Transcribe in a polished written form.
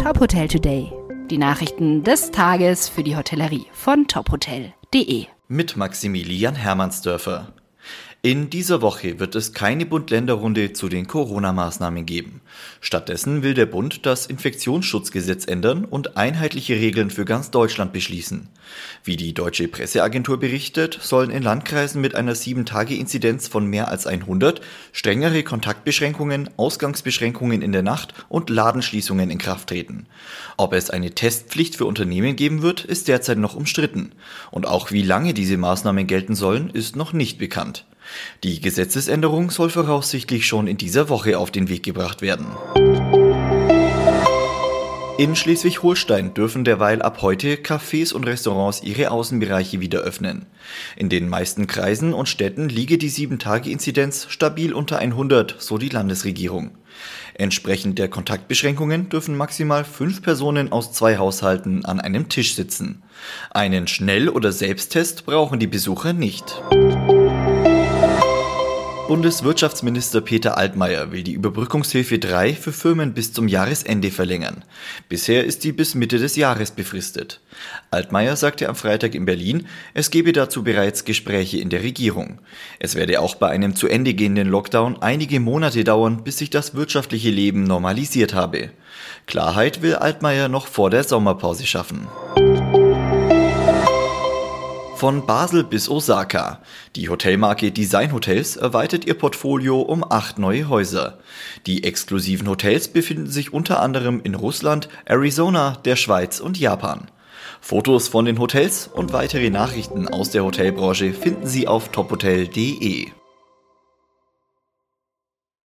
Top Hotel Today. Die Nachrichten des Tages für die Hotellerie von tophotel.de. Mit Maximilian Hermannsdörfer. In dieser Woche wird es keine Bund-Länder-Runde zu den Corona-Maßnahmen geben. Stattdessen will der Bund das Infektionsschutzgesetz ändern und einheitliche Regeln für ganz Deutschland beschließen. Wie die Deutsche Presseagentur berichtet, sollen in Landkreisen mit einer 7-Tage-Inzidenz von mehr als 100 strengere Kontaktbeschränkungen, Ausgangsbeschränkungen in der Nacht und Ladenschließungen in Kraft treten. Ob es eine Testpflicht für Unternehmen geben wird, ist derzeit noch umstritten. Und auch wie lange diese Maßnahmen gelten sollen, ist noch nicht bekannt. Die Gesetzesänderung soll voraussichtlich schon in dieser Woche auf den Weg gebracht werden. In Schleswig-Holstein dürfen derweil ab heute Cafés und Restaurants ihre Außenbereiche wieder öffnen. In den meisten Kreisen und Städten liege die 7-Tage-Inzidenz stabil unter 100, so die Landesregierung. Entsprechend der Kontaktbeschränkungen dürfen maximal 5 Personen aus 2 Haushalten an einem Tisch sitzen. Einen Schnell- oder Selbsttest brauchen die Besucher nicht. Bundeswirtschaftsminister Peter Altmaier will die Überbrückungshilfe 3 für Firmen bis zum Jahresende verlängern. Bisher ist die bis Mitte des Jahres befristet. Altmaier sagte am Freitag in Berlin, es gebe dazu bereits Gespräche in der Regierung. Es werde auch bei einem zu Ende gehenden Lockdown einige Monate dauern, bis sich das wirtschaftliche Leben normalisiert habe. Klarheit will Altmaier noch vor der Sommerpause schaffen. Von Basel bis Osaka. Die Hotelmarke Design Hotels erweitert ihr Portfolio um 8 neue Häuser. Die exklusiven Hotels befinden sich unter anderem in Russland, Arizona, der Schweiz und Japan. Fotos von den Hotels und weitere Nachrichten aus der Hotelbranche finden Sie auf tophotel.de.